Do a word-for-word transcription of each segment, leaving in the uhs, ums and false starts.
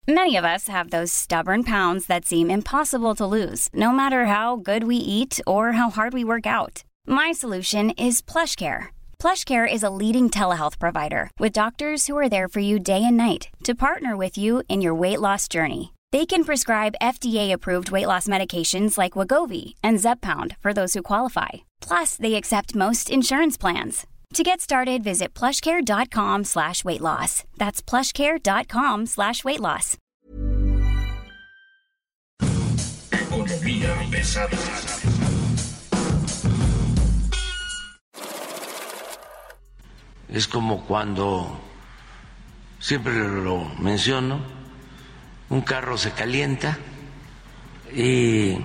Many of us have those stubborn pounds that seem impossible to lose, no matter how good we eat or how hard we work out. My solution is PlushCare. PlushCare is a leading telehealth provider with doctors who are there for you day and night to partner with you in your weight loss journey. They can prescribe F D A-approved weight loss medications like Wegovy and Zepbound for those who qualify. Plus, they accept most insurance plans. To get started, visit plushcare.com slash weight loss. That's plushcare.com slash weight loss. Economía pesada. Es como cuando, siempre lo menciono, un carro se calienta y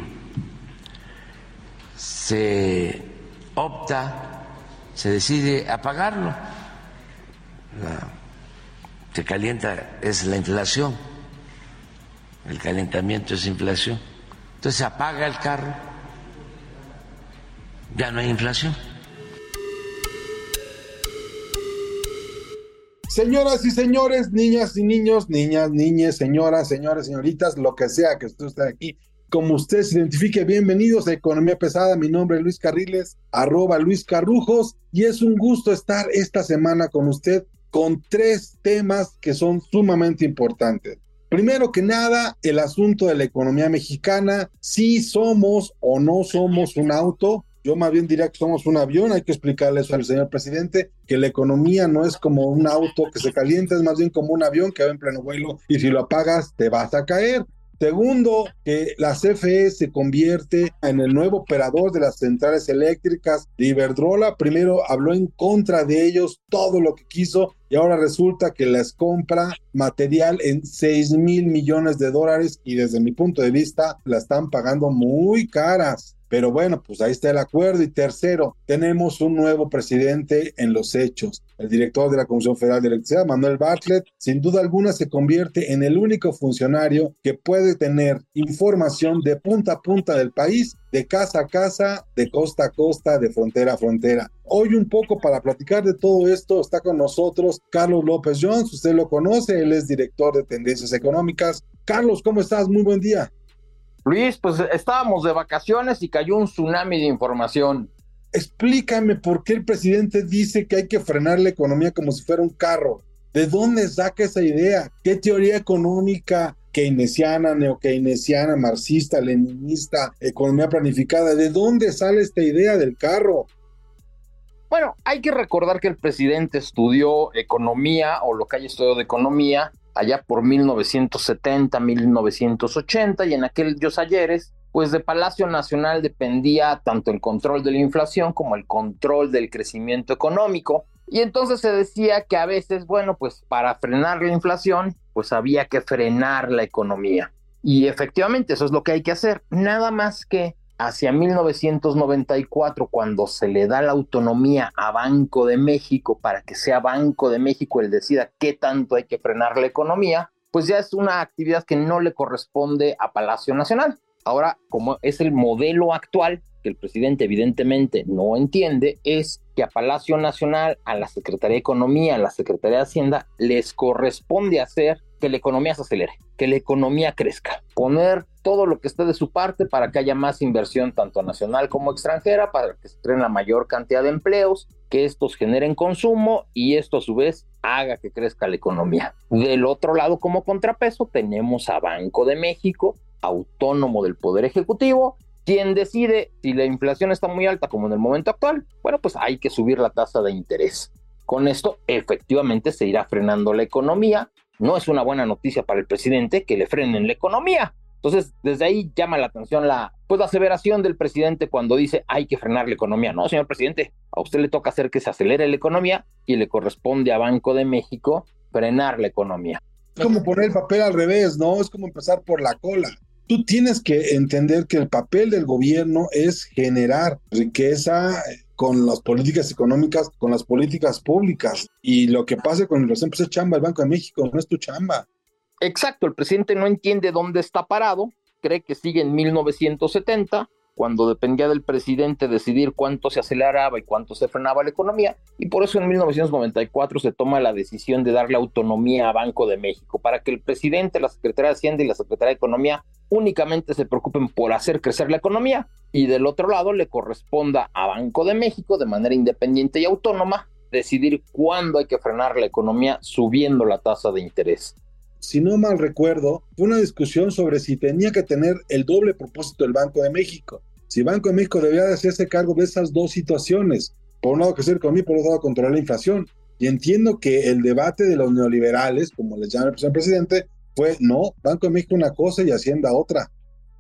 se opta, se decide apagarlo. La, se calienta es la inflación, el calentamiento es inflación. Entonces se apaga el carro, ya no hay inflación. Señoras y señores, niñas y niños, niñas, niñas, señoras, señores, señoritas, lo que sea que usted esté aquí, como usted se identifique, bienvenidos a Economía Pesada. Mi nombre es Luis Carriles, arroba Luis Carrujos, y es un gusto estar esta semana con usted con tres temas que son sumamente importantes. Primero que nada, el asunto de la economía mexicana, si somos o no somos un auto. Yo más bien diría que somos un avión. Hay que explicarle eso al señor presidente, que la economía no es como un auto que se calienta, es más bien como un avión que va en pleno vuelo y si lo apagas te vas a caer. Segundo, que la C F E se convierte en el nuevo operador de las centrales eléctricas de Iberdrola. Primero habló en contra de ellos todo lo que quiso y ahora resulta que les compra material en seis mil millones de dólares y desde mi punto de vista la están pagando muy caras. Pero bueno, pues ahí está el acuerdo. Y tercero, tenemos un nuevo presidente en los hechos. El director de la Comisión Federal de Electricidad, Manuel Bartlett, sin duda alguna se convierte en el único funcionario que puede tener información de punta a punta del país, de casa a casa, de costa a costa, de frontera a frontera. Hoy un poco para platicar de todo esto está con nosotros Carlos López Jones. Usted lo conoce, él es director de Tendencias Económicas. Carlos, ¿cómo estás? Muy buen día. Luis, pues estábamos de vacaciones y cayó un tsunami de información. Explícame por qué el presidente dice que hay que frenar la economía como si fuera un carro. ¿De dónde saca esa idea? ¿Qué teoría económica keynesiana, neokeynesiana, marxista, leninista, economía planificada? ¿De dónde sale esta idea del carro? Bueno, hay que recordar que el presidente estudió economía, o lo que haya estudiado de economía, allá por mil novecientos setenta, mil novecientos ochenta, y en aquellos ayeres, pues de Palacio Nacional dependía tanto el control de la inflación como el control del crecimiento económico, y entonces se decía que a veces, bueno, pues para frenar la inflación, pues había que frenar la economía, y efectivamente eso es lo que hay que hacer, nada más que hacia mil novecientos noventa y cuatro, cuando se le da la autonomía a Banco de México para que sea Banco de México el decida qué tanto hay que frenar la economía, pues ya es una actividad que no le corresponde a Palacio Nacional. Ahora, como es el modelo actual, que el presidente evidentemente no entiende, es que a Palacio Nacional, a la Secretaría de Economía, a la Secretaría de Hacienda, les corresponde hacer que la economía se acelere, que la economía crezca, poner todo lo que esté de su parte para que haya más inversión tanto nacional como extranjera, para que se creen la mayor cantidad de empleos, que estos generen consumo y esto a su vez haga que crezca la economía. Del otro lado, como contrapeso, tenemos a Banco de México, autónomo del Poder Ejecutivo, quien decide si la inflación está muy alta como en el momento actual, bueno, pues hay que subir la tasa de interés. Con esto efectivamente se irá frenando la economía. No es una buena noticia para el presidente que le frenen la economía. Entonces, desde ahí llama la atención la, pues, la aseveración del presidente cuando dice hay que frenar la economía. No, señor presidente, a usted le toca hacer que se acelere la economía y le corresponde a Banco de México frenar la economía. Es como poner el papel al revés, ¿no? Es como empezar por la cola. Tú tienes que entender que el papel del gobierno es generar riqueza con las políticas económicas, con las políticas públicas. Y lo que pase con la inflación, pues es chamba del Banco de México, no es tu chamba. Exacto, el presidente no entiende dónde está parado, cree que sigue en mil novecientos setenta, cuando dependía del presidente decidir cuánto se aceleraba y cuánto se frenaba la economía, y por eso en mil novecientos noventa y cuatro se toma la decisión de darle autonomía a Banco de México, para que el presidente, la Secretaría de Hacienda y la Secretaría de Economía únicamente se preocupen por hacer crecer la economía, y del otro lado le corresponda a Banco de México, de manera independiente y autónoma, decidir cuándo hay que frenar la economía subiendo la tasa de interés. Si no mal recuerdo, fue una discusión sobre si tenía que tener el doble propósito el Banco de México. Si Banco de México debía de hacerse cargo de esas dos situaciones, por un lado que hacer economía y por otro lado controlar la inflación. Y entiendo que el debate de los neoliberales, como les llama el presidente, fue no, Banco de México una cosa y Hacienda otra.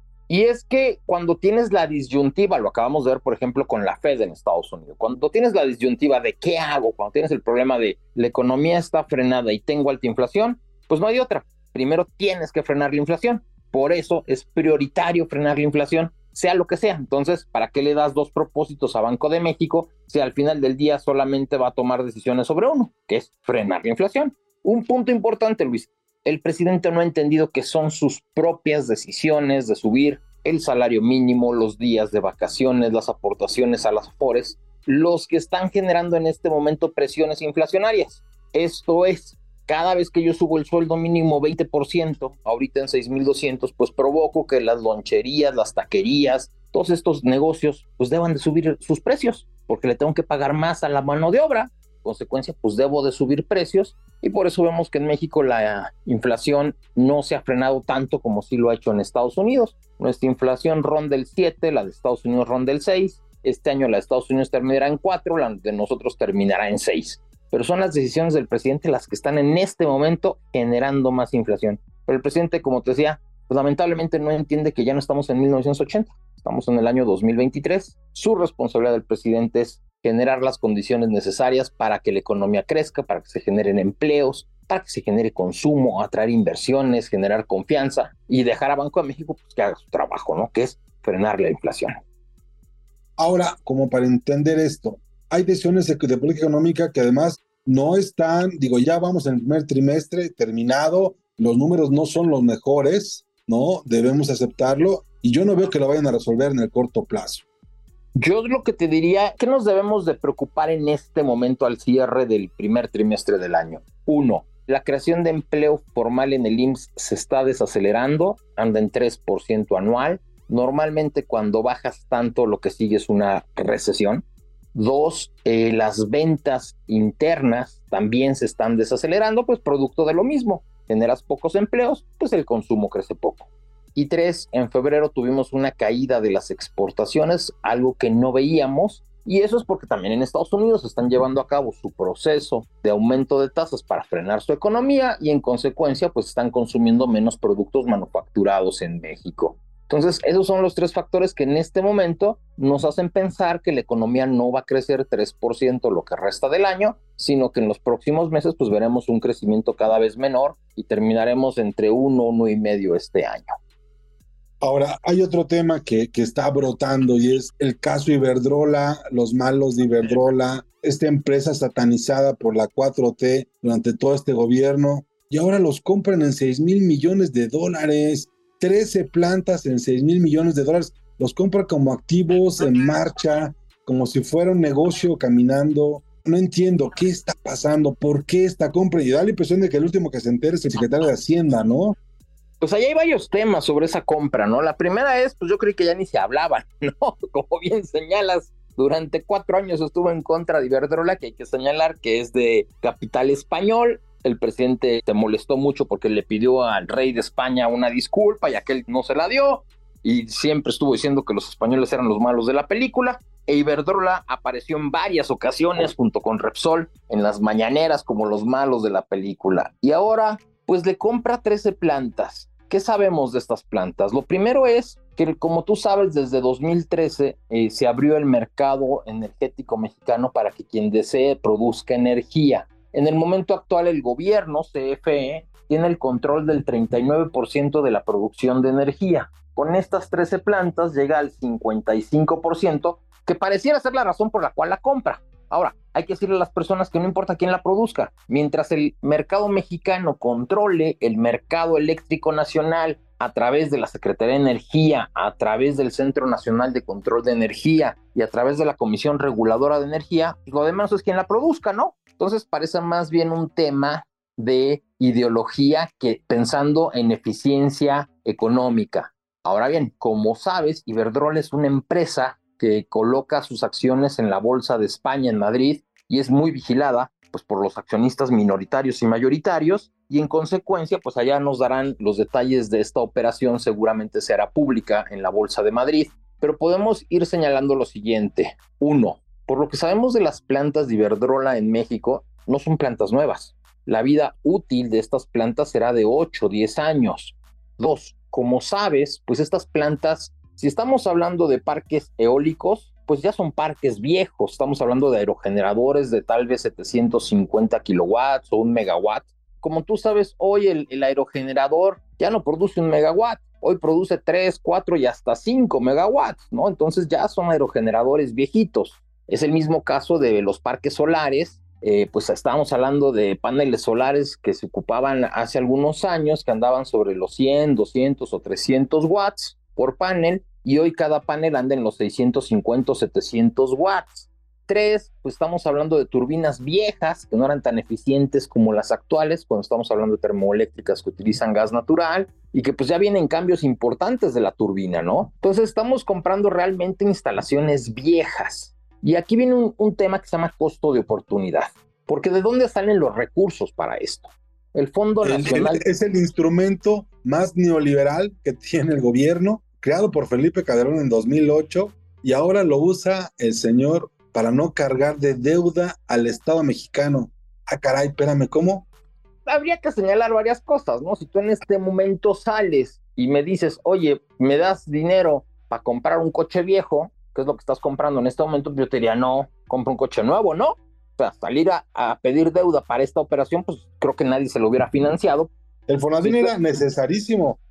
Y es que cuando tienes la disyuntiva, lo acabamos de ver por ejemplo con la Fed en Estados Unidos, cuando tienes la disyuntiva de qué hago, cuando tienes el problema de la economía está frenada y tengo alta inflación, pues no hay otra. Primero tienes que frenar la inflación. Por eso es prioritario frenar la inflación, sea lo que sea. Entonces, ¿para qué le das dos propósitos a Banco de México si al final del día solamente va a tomar decisiones sobre uno, que es frenar la inflación? Un punto importante, Luis. El presidente no ha entendido que son sus propias decisiones de subir el salario mínimo, los días de vacaciones, las aportaciones a las Afores, los que están generando en este momento presiones inflacionarias. Esto es, cada vez que yo subo el sueldo mínimo veinte por ciento, ahorita en seis mil doscientos, pues provoco que las loncherías, las taquerías, todos estos negocios, pues deban de subir sus precios, porque le tengo que pagar más a la mano de obra. Consecuencia, pues debo de subir precios, y por eso vemos que en México la inflación no se ha frenado tanto como sí lo ha hecho en Estados Unidos. Nuestra inflación ronda el siete, la de Estados Unidos ronda el seis, este año la de Estados Unidos terminará en cuatro, la de nosotros terminará en seis. Pero son las decisiones del presidente las que están en este momento generando más inflación. Pero el presidente, como te decía, pues lamentablemente no entiende que ya no estamos en mil novecientos ochenta, estamos en el año dos mil veintitrés. Su responsabilidad del presidente es generar las condiciones necesarias para que la economía crezca, para que se generen empleos, para que se genere consumo, atraer inversiones, generar confianza y dejar a Banco de México pues, que haga su trabajo, ¿no? Que es frenar la inflación. Ahora, como para entender esto, hay decisiones de, de política económica que además no están, digo, ya vamos en el primer trimestre terminado, los números no son los mejores, ¿no? Debemos aceptarlo y yo no veo que lo vayan a resolver en el corto plazo. Yo lo que te diría, ¿qué nos debemos de preocupar en este momento al cierre del primer trimestre del año? Uno, la creación de empleo formal en el I M S S se está desacelerando, anda en tres por ciento anual. Normalmente cuando bajas tanto lo que sigue es una recesión. Dos, eh, las ventas internas también se están desacelerando, pues producto de lo mismo. Generas pocos empleos, pues el consumo crece poco. Y tres, en febrero tuvimos una caída de las exportaciones, algo que no veíamos, y eso es porque también en Estados Unidos están llevando a cabo su proceso de aumento de tasas para frenar su economía y en consecuencia pues están consumiendo menos productos manufacturados en México. Entonces esos son los tres factores que en este momento nos hacen pensar que la economía no va a crecer tres por ciento lo que resta del año, sino que en los próximos meses pues veremos un crecimiento cada vez menor y terminaremos entre uno, uno y medio este año. Ahora, hay otro tema que, que está brotando y es el caso Iberdrola, los malos de Iberdrola, esta empresa satanizada por la cuatro T durante todo este gobierno, y ahora los compran en seis mil millones de dólares, trece plantas en seis mil millones de dólares, los compra como activos en marcha, como si fuera un negocio caminando. No entiendo qué está pasando, por qué esta compra, y da la impresión de que el último que se entere es el secretario de Hacienda, ¿no? Pues ahí hay varios temas sobre esa compra, ¿no? La primera es, pues yo creí que ya ni se hablaban, ¿no? Como bien señalas, durante cuatro años estuvo en contra de Iberdrola, que hay que señalar que es de capital español. El presidente se molestó mucho porque le pidió al rey de España una disculpa y aquel no se la dio. Y siempre estuvo diciendo que los españoles eran los malos de la película. E Iberdrola apareció en varias ocasiones junto con Repsol en las mañaneras como los malos de la película. Y ahora, pues le compra trece plantas. ¿Qué sabemos de estas plantas? Lo primero es que, como tú sabes, desde dos mil trece eh, se abrió el mercado energético mexicano para que quien desee produzca energía. En el momento actual, el gobierno, C F E, tiene el control del treinta y nueve por ciento de la producción de energía. Con estas trece plantas llega al cincuenta y cinco por ciento, que pareciera ser la razón por la cual la compra. Ahora, hay que decirle a las personas que no importa quién la produzca, mientras el mercado mexicano controle el mercado eléctrico nacional a través de la Secretaría de Energía, a través del Centro Nacional de Control de Energía y a través de la Comisión Reguladora de Energía, pues lo demás es quien la produzca, ¿no? Entonces parece más bien un tema de ideología que pensando en eficiencia económica. Ahora bien, como sabes, Iberdrola es una empresa que coloca sus acciones en la Bolsa de España en Madrid y es muy vigilada pues, por los accionistas minoritarios y mayoritarios, y en consecuencia, pues allá nos darán los detalles de esta operación, seguramente se hará pública en la Bolsa de Madrid, pero podemos ir señalando lo siguiente. Uno, por lo que sabemos de las plantas de Iberdrola en México, no son plantas nuevas. La vida útil de estas plantas será de ocho o diez años. Dos, como sabes, pues estas plantas, si estamos hablando de parques eólicos, pues ya son parques viejos, estamos hablando de aerogeneradores de tal vez setecientos cincuenta kilowatts o un megawatt. Como tú sabes, hoy el, el aerogenerador ya no produce un megawatt, hoy produce tres, cuatro y hasta cinco megawatts, ¿no? Entonces ya son aerogeneradores viejitos. Es el mismo caso de los parques solares, eh, pues estábamos hablando de paneles solares que se ocupaban hace algunos años, que andaban sobre los cien, doscientos o trescientos watts por panel, y hoy cada panel anda en los seiscientos cincuenta o setecientos watts. Tres, pues estamos hablando de turbinas viejas que no eran tan eficientes como las actuales, cuando estamos hablando de termoeléctricas que utilizan gas natural y que pues ya vienen cambios importantes de la turbina, ¿no? Entonces estamos comprando realmente instalaciones viejas. Y aquí viene un, un tema que se llama costo de oportunidad, porque ¿de dónde salen los recursos para esto? El Fondo El- Nacional... el- es el instrumento más neoliberal que tiene el gobierno, creado por Felipe Calderón en dos mil ocho, y ahora lo usa el señor para no cargar de deuda al Estado mexicano. Ah, caray, espérame, ¿cómo? Habría que señalar varias cosas, ¿no? Si tú en este momento sales y me dices, oye, me das dinero para comprar un coche viejo, ¿qué es lo que estás comprando en este momento? Yo te diría, no, compra un coche nuevo, ¿no? O sea, salir a, a pedir deuda para esta operación, pues creo que nadie se lo hubiera financiado. El Fonadín Sí, era sí. necesarísimo.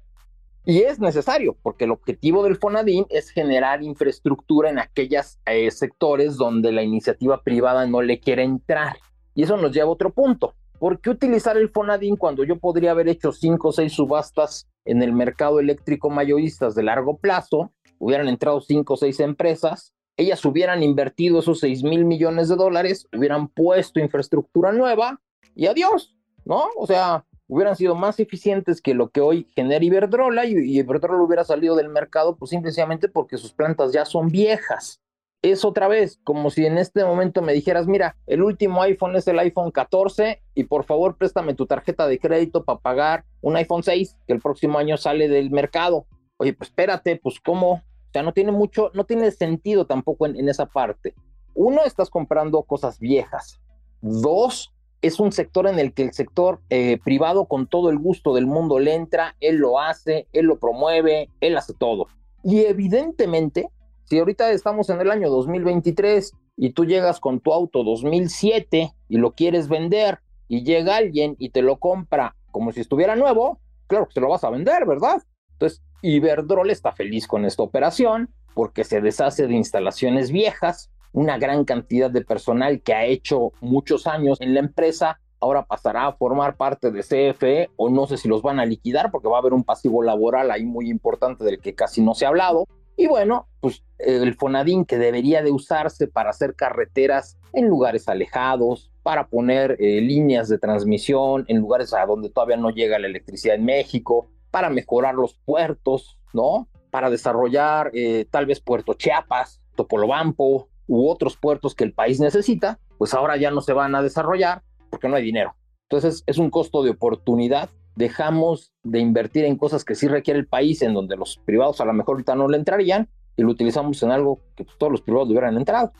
Y es necesario, porque el objetivo del Fonadín es generar infraestructura en aquellos eh, sectores donde la iniciativa privada no le quiere entrar. Y eso nos lleva a otro punto. ¿Por qué utilizar el Fonadín cuando yo podría haber hecho cinco o seis subastas en el mercado eléctrico mayoristas de largo plazo? Hubieran entrado cinco o seis empresas, ellas hubieran invertido esos seis mil millones de dólares, hubieran puesto infraestructura nueva y adiós, ¿no? O sea, hubieran sido más eficientes que lo que hoy genera Iberdrola, y, y Iberdrola hubiera salido del mercado pues simplemente porque sus plantas ya son viejas. Es otra vez como si en este momento me dijeras, mira, el último iPhone es el iPhone catorce y por favor préstame tu tarjeta de crédito para pagar un iPhone seis que el próximo año sale del mercado. Oye, pues espérate, pues ¿cómo? O sea, no tiene mucho, no tiene sentido tampoco en, en esa parte. Uno, estás comprando cosas viejas. Dos, es un sector en el que el sector eh, privado con todo el gusto del mundo le entra, él lo hace, él lo promueve, él hace todo. Y evidentemente, si ahorita estamos en el año dos mil veintitrés y tú llegas con tu auto dos mil siete y lo quieres vender y llega alguien y te lo compra como si estuviera nuevo, claro que se lo vas a vender, ¿verdad? Entonces, Iberdrola está feliz con esta operación porque se deshace de instalaciones viejas, una gran cantidad de personal que ha hecho muchos años en la empresa, ahora pasará a formar parte de C F E, o no sé si los van a liquidar porque va a haber un pasivo laboral ahí muy importante del que casi no se ha hablado. Y bueno, pues el Fonadín, que debería de usarse para hacer carreteras en lugares alejados, para poner eh, líneas de transmisión en lugares a donde todavía no llega la electricidad en México, para mejorar los puertos, ¿no? Para desarrollar eh, tal vez Puerto Chiapas, Topolobampo u otros puertos que el país necesita, pues ahora ya no se van a desarrollar porque no hay dinero. Entonces es un costo de oportunidad. Dejamos de invertir en cosas que sí requiere el país, en donde los privados a lo mejor ahorita no le entrarían, y lo utilizamos en algo que pues, todos los privados hubieran entrado.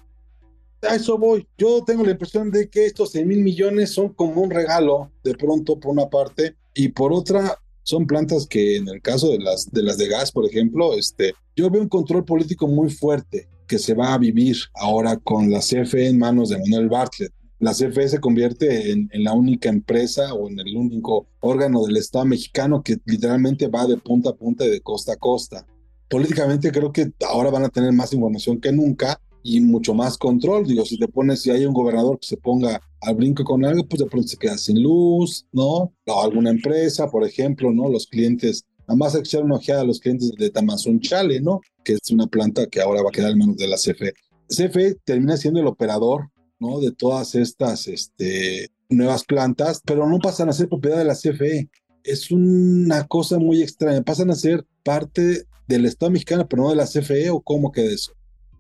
A eso voy. Yo tengo la impresión de que estos seis mil millones son como un regalo, de pronto, por una parte, y por otra, son plantas que en el caso de las de, las de gas, por ejemplo, este, yo veo un control político muy fuerte que se va a vivir ahora con la C F E en manos de Manuel Bartlett. La C F E se convierte en, en la única empresa o en el único órgano del Estado mexicano que literalmente va de punta a punta y de costa a costa. Políticamente creo que ahora van a tener más información que nunca y mucho más control. Digo, si te pones, si hay un gobernador que se ponga al brinco con algo, pues de pronto se queda sin luz, ¿no? O alguna empresa, por ejemplo, ¿no? Los clientes Además hay que echar una ojeada a los clientes de Tamazunchale, ¿no? Que es una planta que ahora va a quedar en manos de la C F E. C F E termina siendo el operador, ¿no? De todas estas este, nuevas plantas, pero no pasan a ser propiedad de la C F E. Es una cosa muy extraña. Pasan a ser parte del Estado mexicano, pero no de la C F E, ¿o cómo queda eso?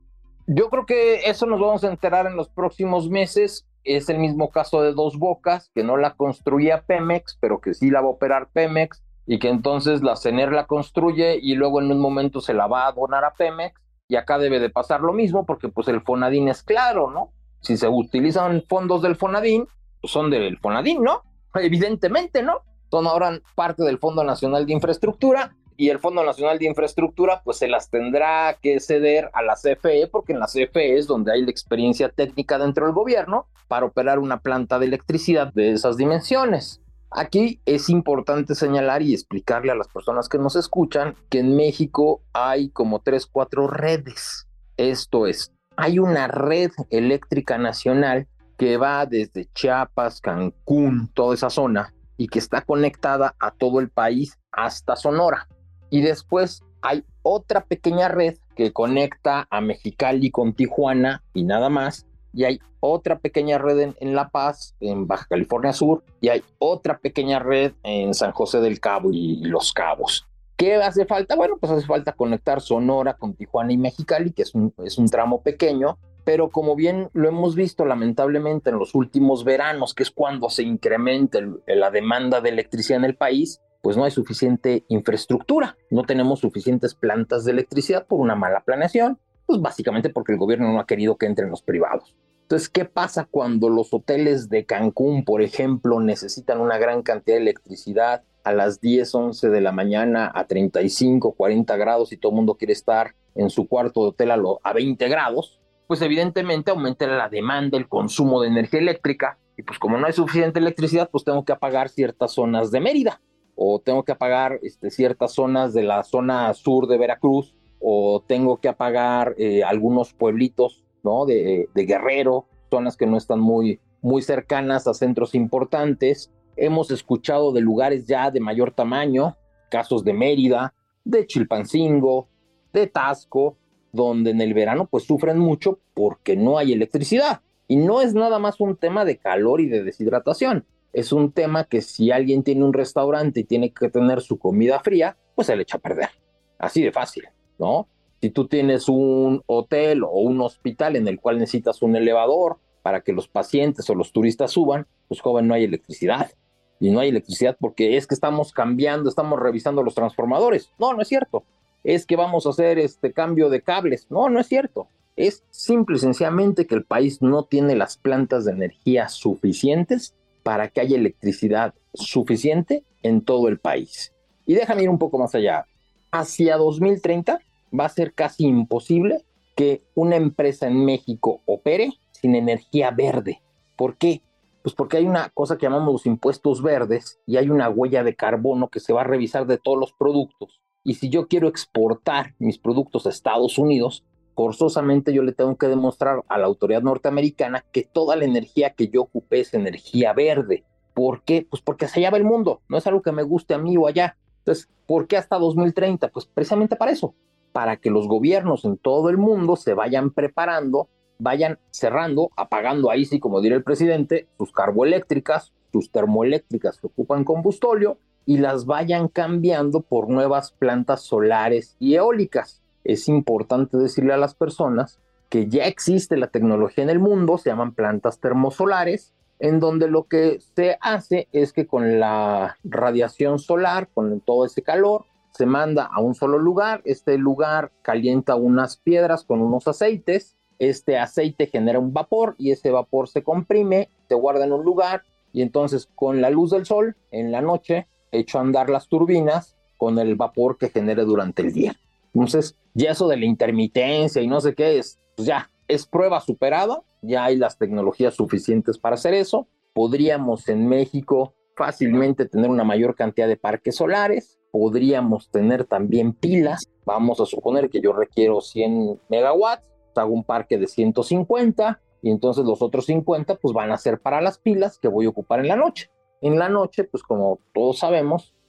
Yo creo que eso nos vamos a enterar en los próximos meses. Es el mismo caso de Dos Bocas, que no la construía Pemex, pero que sí la va a operar Pemex, y que entonces la CENER la construye y luego en un momento se la va a donar a Pemex, y acá debe de pasar lo mismo, porque pues el Fonadín es claro, ¿no? Si se utilizan fondos del Fonadín, pues son del Fonadín, ¿no? Evidentemente, ¿no? Son ahora parte del Fondo Nacional de Infraestructura, y el Fondo Nacional de Infraestructura pues se las tendrá que ceder a la C F E, porque en la C F E es donde hay la experiencia técnica dentro del gobierno para operar una planta de electricidad de esas dimensiones. Aquí es importante señalar y explicarle a las personas que nos escuchan que en México hay como tres, cuatro redes. Esto es, hay una red eléctrica nacional que va desde Chiapas, Cancún, toda esa zona, y que está conectada a todo el país hasta Sonora. Y después hay otra pequeña red que conecta a Mexicali con Tijuana y nada más. Y hay otra pequeña red en, en La Paz, en Baja California Sur, y hay otra pequeña red en San José del Cabo y, y Los Cabos. ¿Qué hace falta? Bueno, pues hace falta conectar Sonora con Tijuana y Mexicali, que es un, es un tramo pequeño, pero como bien lo hemos visto lamentablemente en los últimos veranos, que es cuando se incrementa el, la demanda de electricidad en el país, pues no hay suficiente infraestructura, no tenemos suficientes plantas de electricidad por una mala planeación, pues básicamente porque el gobierno no ha querido que entren los privados. Entonces, ¿qué pasa cuando los hoteles de Cancún, por ejemplo, necesitan una gran cantidad de electricidad a las diez, once de la mañana a treinta y cinco, cuarenta grados y todo el mundo quiere estar en su cuarto de hotel a, lo, a veinte grados? Pues evidentemente aumenta la demanda, el consumo de energía eléctrica, y pues como no hay suficiente electricidad, pues tengo que apagar ciertas zonas de Mérida, o tengo que apagar este, ciertas zonas de la zona sur de Veracruz, o tengo que apagar eh, algunos pueblitos, ¿no? de, de Guerrero, zonas que no están muy, muy cercanas a centros importantes. Hemos escuchado de lugares ya de mayor tamaño, casos de Mérida, de Chilpancingo, de Taxco, donde en el verano pues sufren mucho porque no hay electricidad. Y no es nada más un tema de calor y de deshidratación. Es un tema que si alguien tiene un restaurante y tiene que tener su comida fría, pues se le echa a perder. Así de fácil, ¿no? Si tú tienes un hotel o un hospital en el cual necesitas un elevador para que los pacientes o los turistas suban, pues joven, no hay electricidad. Y no hay electricidad porque es que estamos cambiando, estamos revisando los transformadores. No, no es cierto. Es que vamos a hacer este cambio de cables. No, no es cierto. Es simple y sencillamente que el país no tiene las plantas de energía suficientes para que haya electricidad suficiente en todo el país. Y déjame ir un poco más allá. Hacia dos mil treinta va a ser casi imposible que una empresa en México opere sin energía verde. ¿Por qué? Pues porque hay una cosa que llamamos los impuestos verdes y hay una huella de carbono que se va a revisar de todos los productos. Y si yo quiero exportar mis productos a Estados Unidos, forzosamente yo le tengo que demostrar a la autoridad norteamericana que toda la energía que yo ocupé es energía verde. ¿Por qué? Pues porque hacia allá va el mundo, no es algo que me guste a mí o allá. Entonces, ¿por qué hasta dos mil treinta? Pues precisamente para eso, para que los gobiernos en todo el mundo se vayan preparando, vayan cerrando, apagando ahí sí, como diría el presidente, sus carboeléctricas, sus termoeléctricas que ocupan combustóleo y las vayan cambiando por nuevas plantas solares y eólicas. Es importante decirle a las personas que ya existe la tecnología en el mundo, se llaman plantas termosolares, en donde lo que se hace es que con la radiación solar, con todo ese calor, se manda a un solo lugar, este lugar calienta unas piedras con unos aceites, este aceite genera un vapor y ese vapor se comprime, se guarda en un lugar y entonces con la luz del sol, en la noche, echo a andar las turbinas con el vapor que genere durante el día. Entonces, ya eso de la intermitencia y no sé qué es, pues ya, es prueba superada, ya hay las tecnologías suficientes para hacer eso. Podríamos en México fácilmente tener una mayor cantidad de parques solares, podríamos tener también pilas, vamos a suponer que yo requiero cien megawatts, hago un parque de ciento cincuenta y entonces los otros cincuenta pues van a ser para las pilas que voy a ocupar en la noche. En la noche, pues como todos sabemos,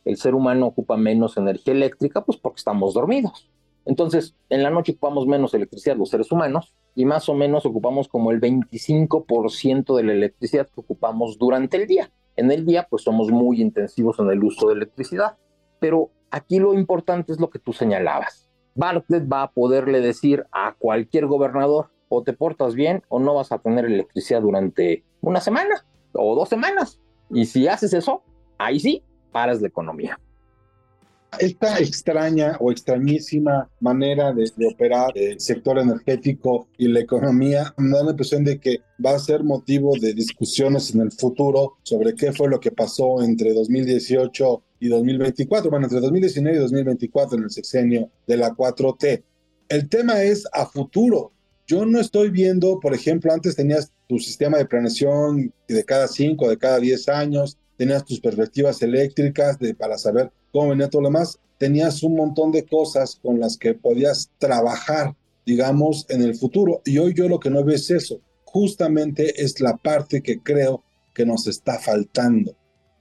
el ser humano ocupa menos energía eléctrica, pues porque estamos dormidos. Entonces, en la noche ocupamos menos electricidad los seres humanos y más o menos ocupamos como el veinticinco por ciento de la electricidad que ocupamos durante el día. En el día, pues somos muy intensivos en el uso de electricidad. Pero aquí lo importante es lo que tú señalabas. Bartlett va a poderle decir a cualquier gobernador, o te portas bien o no vas a tener electricidad durante una semana o dos semanas. Y si haces eso, ahí sí, paras la economía. Esta extraña o extrañísima manera de, de operar el sector energético y la economía me da la impresión de que va a ser motivo de discusiones en el futuro sobre qué fue lo que pasó entre dos mil dieciocho y dos mil veinticuatro, bueno, entre dos mil diecinueve y dos mil veinticuatro en el sexenio de la cuatro T. El tema es a futuro. Yo no estoy viendo, por ejemplo, antes tenías tu sistema de planeación de cada cinco, de cada diez años, tenías tus perspectivas eléctricas de, para saber cómo venía todo lo demás, tenías un montón de cosas con las que podías trabajar, digamos, en el futuro. Y hoy yo lo que no veo es eso. Justamente es la parte que creo que nos está faltando.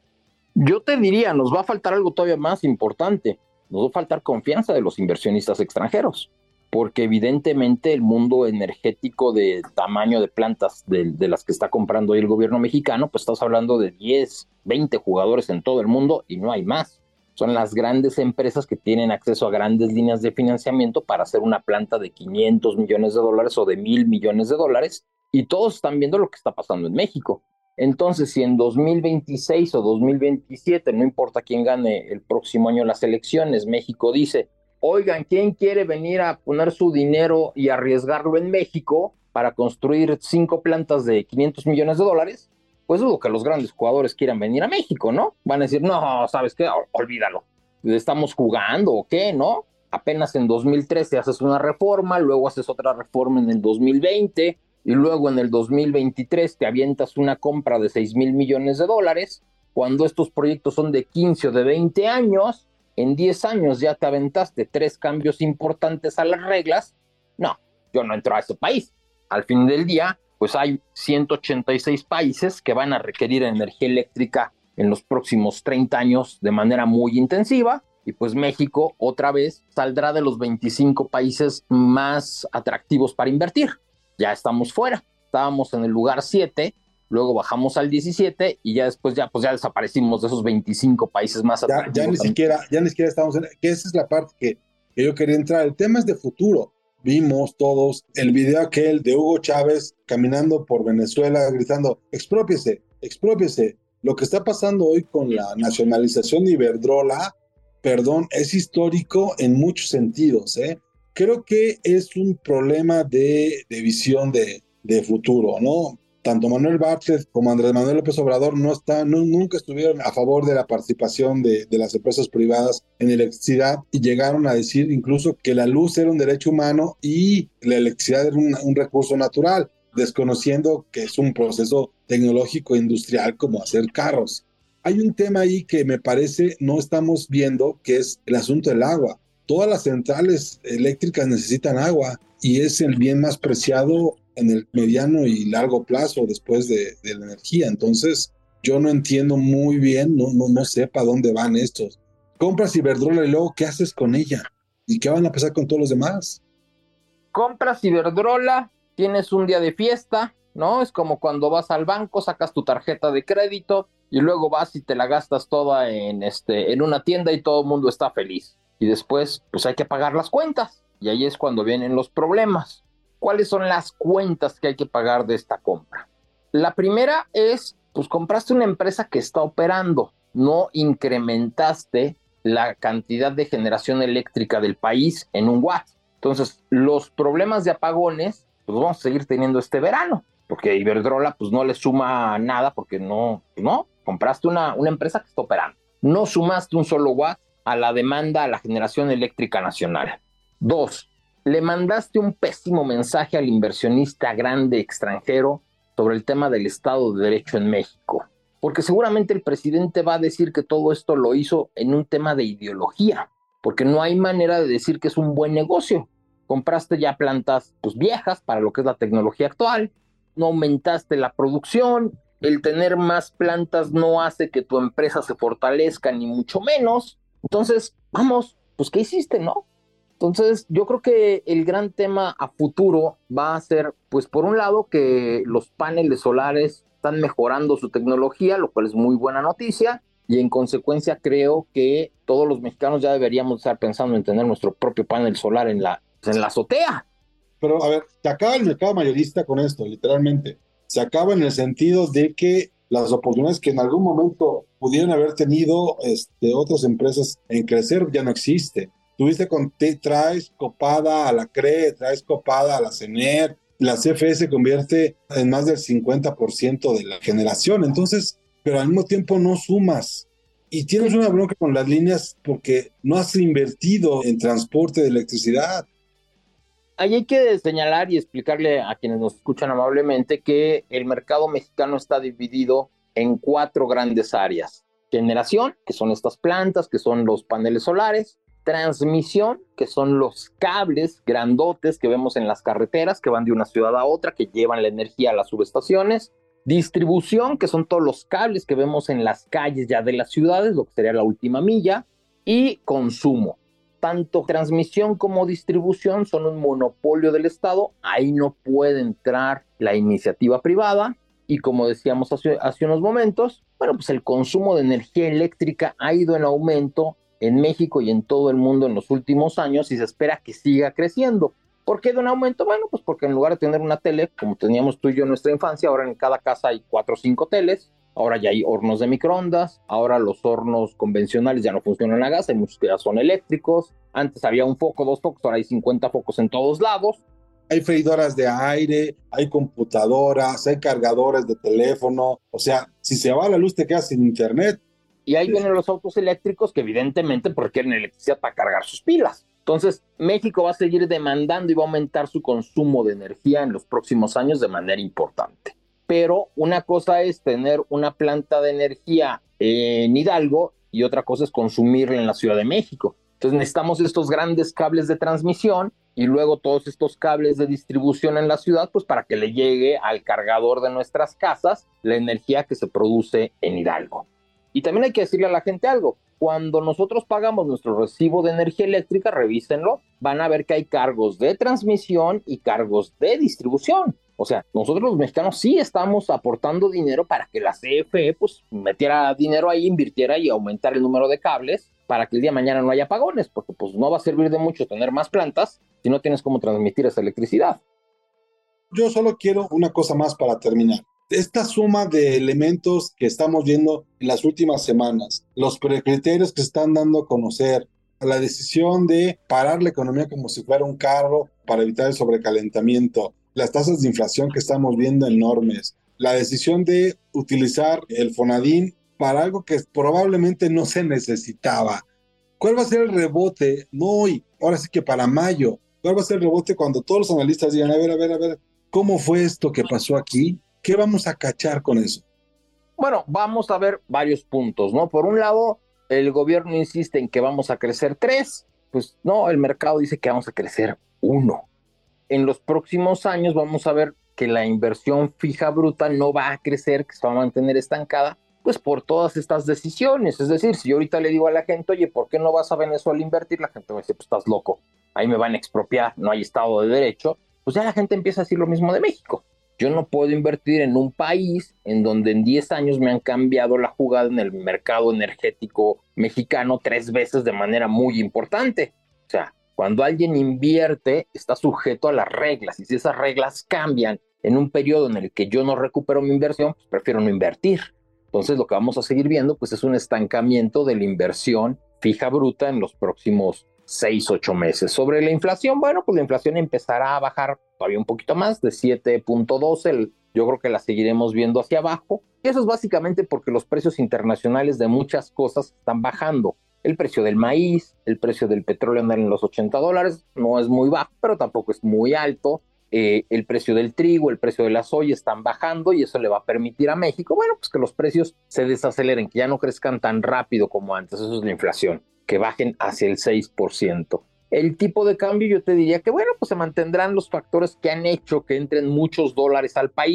Yo te diría, nos va a faltar algo todavía más importante. Nos va a faltar confianza de los inversionistas extranjeros, porque evidentemente el mundo energético de tamaño de plantas de, de las que está comprando hoy el gobierno mexicano, pues estás hablando de diez, veinte jugadores en todo el mundo y no hay más. Son las grandes empresas que tienen acceso a grandes líneas de financiamiento para hacer una planta de quinientos millones de dólares o de mil millones de dólares, y todos están viendo lo que está pasando en México. Entonces, si en dos mil veintiséis o dos mil veintisiete, no importa quién gane el próximo año las elecciones, México dice, oigan, ¿quién quiere venir a poner su dinero y arriesgarlo en México para construir cinco plantas de quinientos millones de dólares? Pues dudo que los grandes jugadores quieran venir a México, ¿no? Van a decir, no, ¿sabes qué? Olvídalo. ¿Estamos jugando o qué, no? Apenas en dos mil trece haces una reforma, luego haces otra reforma en el dos mil veinte, y luego en el dos mil veintitrés te avientas una compra de seis mil millones de dólares, cuando estos proyectos son de quince o de veinte años. En diez años ya te aventaste tres cambios importantes a las reglas. No, yo no entro a ese país. Al fin del día, pues hay ciento ochenta y seis países que van a requerir energía eléctrica en los próximos treinta años de manera muy intensiva, y pues México otra vez saldrá de los veinticinco países más atractivos para invertir. Ya estamos fuera, estábamos en el lugar siete, luego bajamos al diecisiete y ya después ya, pues ya desaparecimos de esos veinticinco países más atractivos. Ya, ya, ni, siquiera, ya ni siquiera estamos en... que esa es la parte que, que yo quería entrar. El tema es de futuro. Vimos todos el video aquel de Hugo Chávez caminando por Venezuela gritando, expropiese, expropiese. Lo que está pasando hoy con la nacionalización de Iberdrola, perdón, es histórico en muchos sentidos, ¿eh? Creo que es un problema de, de visión de, de futuro, ¿no? Tanto Manuel Bartlett como Andrés Manuel López Obrador no están, no, nunca estuvieron a favor de la participación de, de las empresas privadas en electricidad, y llegaron a decir incluso que la luz era un derecho humano y la electricidad era un, un recurso natural, desconociendo que es un proceso tecnológico e industrial como hacer carros. Hay un tema ahí que me parece no estamos viendo, que es el asunto del agua. Todas las centrales eléctricas necesitan agua y es el bien más preciado en el mediano y largo plazo después de, de la energía. Entonces, yo no entiendo muy bien, no, no, no sé para dónde van estos. Compras Iberdrola y luego, ¿qué haces con ella? ¿Y qué van a pasar con todos los demás? Compras Iberdrola, tienes un día de fiesta, ¿no? Es como cuando vas al banco, sacas tu tarjeta de crédito y luego vas y te la gastas toda en, este, en una tienda y todo el mundo está feliz. Y después, pues hay que pagar las cuentas. Y ahí es cuando vienen los problemas. ¿Cuáles son las cuentas que hay que pagar de esta compra? La primera es, pues compraste una empresa que está operando, no incrementaste la cantidad de generación eléctrica del país en un watt. Entonces, los problemas de apagones, pues vamos a seguir teniendo este verano, porque Iberdrola, pues no le suma nada, porque no, no, compraste una, una empresa que está operando. No sumaste un solo watt a la demanda, a la generación eléctrica nacional. Dos, le mandaste un pésimo mensaje al inversionista grande extranjero sobre el tema del Estado de Derecho en México, porque seguramente el presidente va a decir que todo esto lo hizo en un tema de ideología, porque no hay manera de decir que es un buen negocio. Compraste ya plantas pues, viejas para lo que es la tecnología actual, no aumentaste la producción, el tener más plantas no hace que tu empresa se fortalezca, ni mucho menos. Entonces, vamos, pues, ¿qué hiciste, no? Entonces, yo creo que el gran tema a futuro va a ser, pues, por un lado, que los paneles solares están mejorando su tecnología, lo cual es muy buena noticia, y en consecuencia creo que todos los mexicanos ya deberíamos estar pensando en tener nuestro propio panel solar en la, en la azotea. Pero, a ver, se acaba el mercado mayorista con esto, literalmente. Se acaba en el sentido de que las oportunidades que en algún momento pudieran haber tenido este, otras empresas en crecer ya no existe. Tuviste con, te, traes copada a la C R E, traes copada a la CENER, la C F E se convierte en más del cincuenta por ciento de la generación, entonces, pero al mismo tiempo no sumas. Y tienes una bronca con las líneas porque no has invertido en transporte de electricidad. Ahí hay que señalar y explicarle a quienes nos escuchan amablemente que el mercado mexicano está dividido en cuatro grandes áreas. Generación, que son estas plantas, que son los paneles solares. Transmisión, que son los cables grandotes que vemos en las carreteras, que van de una ciudad a otra, que llevan la energía a las subestaciones. Distribución, que son todos los cables que vemos en las calles ya de las ciudades, lo que sería la última milla. Y consumo. Tanto transmisión como distribución son un monopolio del Estado, ahí no puede entrar la iniciativa privada, y como decíamos hace, hace unos momentos, bueno, pues el consumo de energía eléctrica ha ido en aumento en México y en todo el mundo en los últimos años y se espera que siga creciendo. ¿Por qué de un aumento? Bueno, pues porque en lugar de tener una tele, como teníamos tú y yo en nuestra infancia, ahora en cada casa hay cuatro o cinco teles. Ahora ya hay hornos de microondas, ahora los hornos convencionales ya no funcionan a gas, hay muchos que ya son eléctricos. Antes había un foco, dos focos, ahora hay cincuenta focos en todos lados. Hay freidoras de aire, hay computadoras, hay cargadores de teléfono. O sea, si se va la luz te quedas sin internet. Y ahí vienen los autos eléctricos que evidentemente requieren electricidad para cargar sus pilas. Entonces, México va a seguir demandando y va a aumentar su consumo de energía en los próximos años de manera importante. Pero una cosa es tener una planta de energía en Hidalgo y otra cosa es consumirla en la Ciudad de México. Entonces necesitamos estos grandes cables de transmisión y luego todos estos cables de distribución en la ciudad, pues para que le llegue al cargador de nuestras casas la energía que se produce en Hidalgo. Y también hay que decirle a la gente algo, cuando nosotros pagamos nuestro recibo de energía eléctrica, revísenlo, van a ver que hay cargos de transmisión y cargos de distribución. O sea, nosotros los mexicanos sí estamos aportando dinero para que la C F E pues metiera dinero ahí, invirtiera y aumentara el número de cables para que el día de mañana no haya apagones, porque pues no va a servir de mucho tener más plantas si no tienes cómo transmitir esa electricidad. Yo solo quiero una cosa más para terminar. Esta suma de elementos que estamos viendo en las últimas semanas, los precriterios que se están dando a conocer, la decisión de parar la economía como si fuera un carro para evitar el sobrecalentamiento, las tasas de inflación que estamos viendo enormes, la decisión de utilizar el Fonadín para algo que probablemente no se necesitaba. ¿Cuál va a ser el rebote? No hoy, ahora sí que para mayo. ¿Cuál va a ser el rebote cuando todos los analistas digan, a ver, a ver, a ver, ¿cómo fue esto que pasó aquí? ¿Qué vamos a cachar con eso? Bueno, vamos a ver varios puntos, ¿no? Por un lado, el gobierno insiste en que vamos a crecer tres, pues no, el mercado dice que vamos a crecer uno. En los próximos años vamos a ver que la inversión fija bruta no va a crecer, que se va a mantener estancada, pues por todas estas decisiones. Es decir, si yo ahorita le digo a la gente, oye, ¿por qué no vas a Venezuela a invertir? La gente me dice, pues estás loco, ahí me van a expropiar, no hay Estado de Derecho. Pues ya la gente empieza a decir lo mismo de México. Yo no puedo invertir en un país en donde en diez años me han cambiado la jugada en el mercado energético mexicano tres veces de manera muy importante. O sea, cuando alguien invierte, está sujeto a las reglas, y si esas reglas cambian en un periodo en el que yo no recupero mi inversión, pues prefiero no invertir. Entonces lo que vamos a seguir viendo pues es un estancamiento de la inversión fija bruta en los próximos seis, ocho meses. Sobre la inflación, bueno, pues la inflación empezará a bajar todavía un poquito más, de siete punto doce, yo creo que la seguiremos viendo hacia abajo, y eso es básicamente porque los precios internacionales de muchas cosas están bajando. El precio del maíz, el precio del petróleo andan en los ochenta dólares, no es muy bajo, pero tampoco es muy alto. Eh, el precio del trigo, el precio de la soya están bajando y eso le va a permitir a México, bueno, pues que los precios se desaceleren, que ya no crezcan tan rápido como antes, eso es la inflación, que bajen hacia el seis por ciento. El tipo de cambio yo te diría que, bueno, pues se mantendrán los factores que han hecho que entren muchos dólares al país,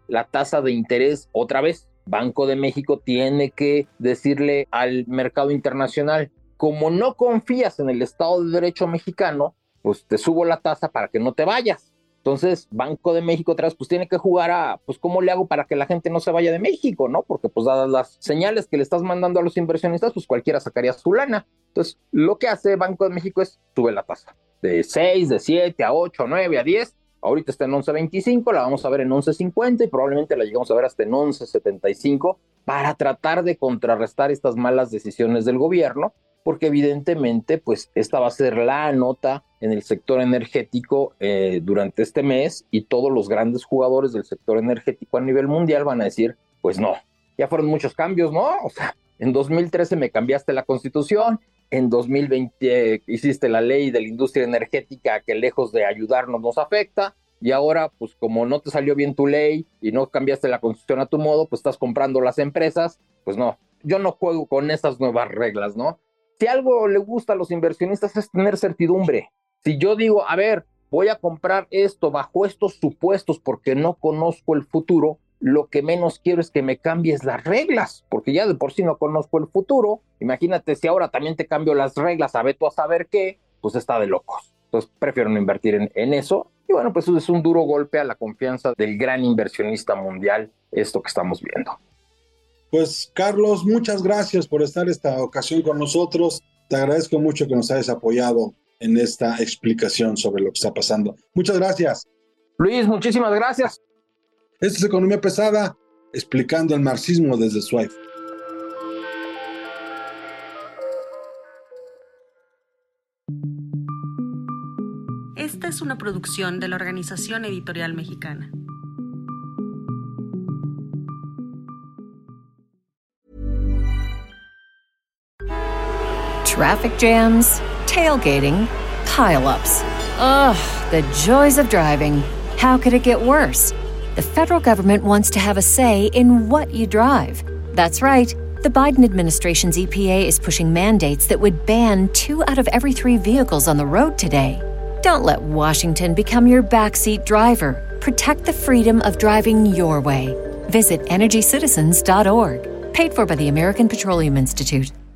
la tasa de interés otra vez. Banco de México tiene que decirle al mercado internacional, como no confías en el Estado de Derecho mexicano, pues te subo la tasa para que no te vayas. Entonces, Banco de México otra vez, pues tiene que jugar a, pues cómo le hago para que la gente no se vaya de México, ¿no? Porque pues dadas las señales que le estás mandando a los inversionistas, pues cualquiera sacaría su lana. Entonces, lo que hace Banco de México es sube la tasa de seis, de siete, a ocho, a nueve, a diez. Ahorita está en once veinticinco, la vamos a ver en once cincuenta y probablemente la llegamos a ver hasta en once setenta y cinco para tratar de contrarrestar estas malas decisiones del gobierno, porque evidentemente pues esta va a ser la nota en el sector energético eh, durante este mes, y todos los grandes jugadores del sector energético a nivel mundial van a decir, pues no, ya fueron muchos cambios, ¿no? O sea, en dos mil trece me cambiaste la constitución, en dos mil veinte eh, hiciste la ley de la industria energética que lejos de ayudarnos nos afecta, y ahora pues como no te salió bien tu ley y no cambiaste la constitución a tu modo, pues estás comprando las empresas. Pues no, yo no juego con esas nuevas reglas, ¿no? Si algo le gusta a los inversionistas es tener certidumbre. Si yo digo, a ver, voy a comprar esto bajo estos supuestos porque no conozco el futuro, lo que menos quiero es que me cambies las reglas, porque ya de por sí no conozco el futuro. Imagínate si ahora también te cambio las reglas a ver tú a saber qué, pues está de locos. Entonces prefiero no invertir en, en eso. Y bueno, pues es un duro golpe a la confianza del gran inversionista mundial, esto que estamos viendo. Pues Carlos, muchas gracias por estar esta ocasión con nosotros. Te agradezco mucho que nos hayas apoyado en esta explicación sobre lo que está pasando. Muchas gracias. Luis, muchísimas gracias. Esto es Economía Pesada, explicando el marxismo desde su iPhone. Esta es una producción de la Organización Editorial Mexicana. Traffic jams, tailgating, pile-ups. Ugh, the joys of driving. How could it get worse? The federal government wants to have a say in what you drive. That's right. The Biden administration's E P A is pushing mandates that would ban two out of every three vehicles on the road today. Don't let Washington become your backseat driver. Protect the freedom of driving your way. Visit energy citizens dot org. Paid for by the American Petroleum Institute.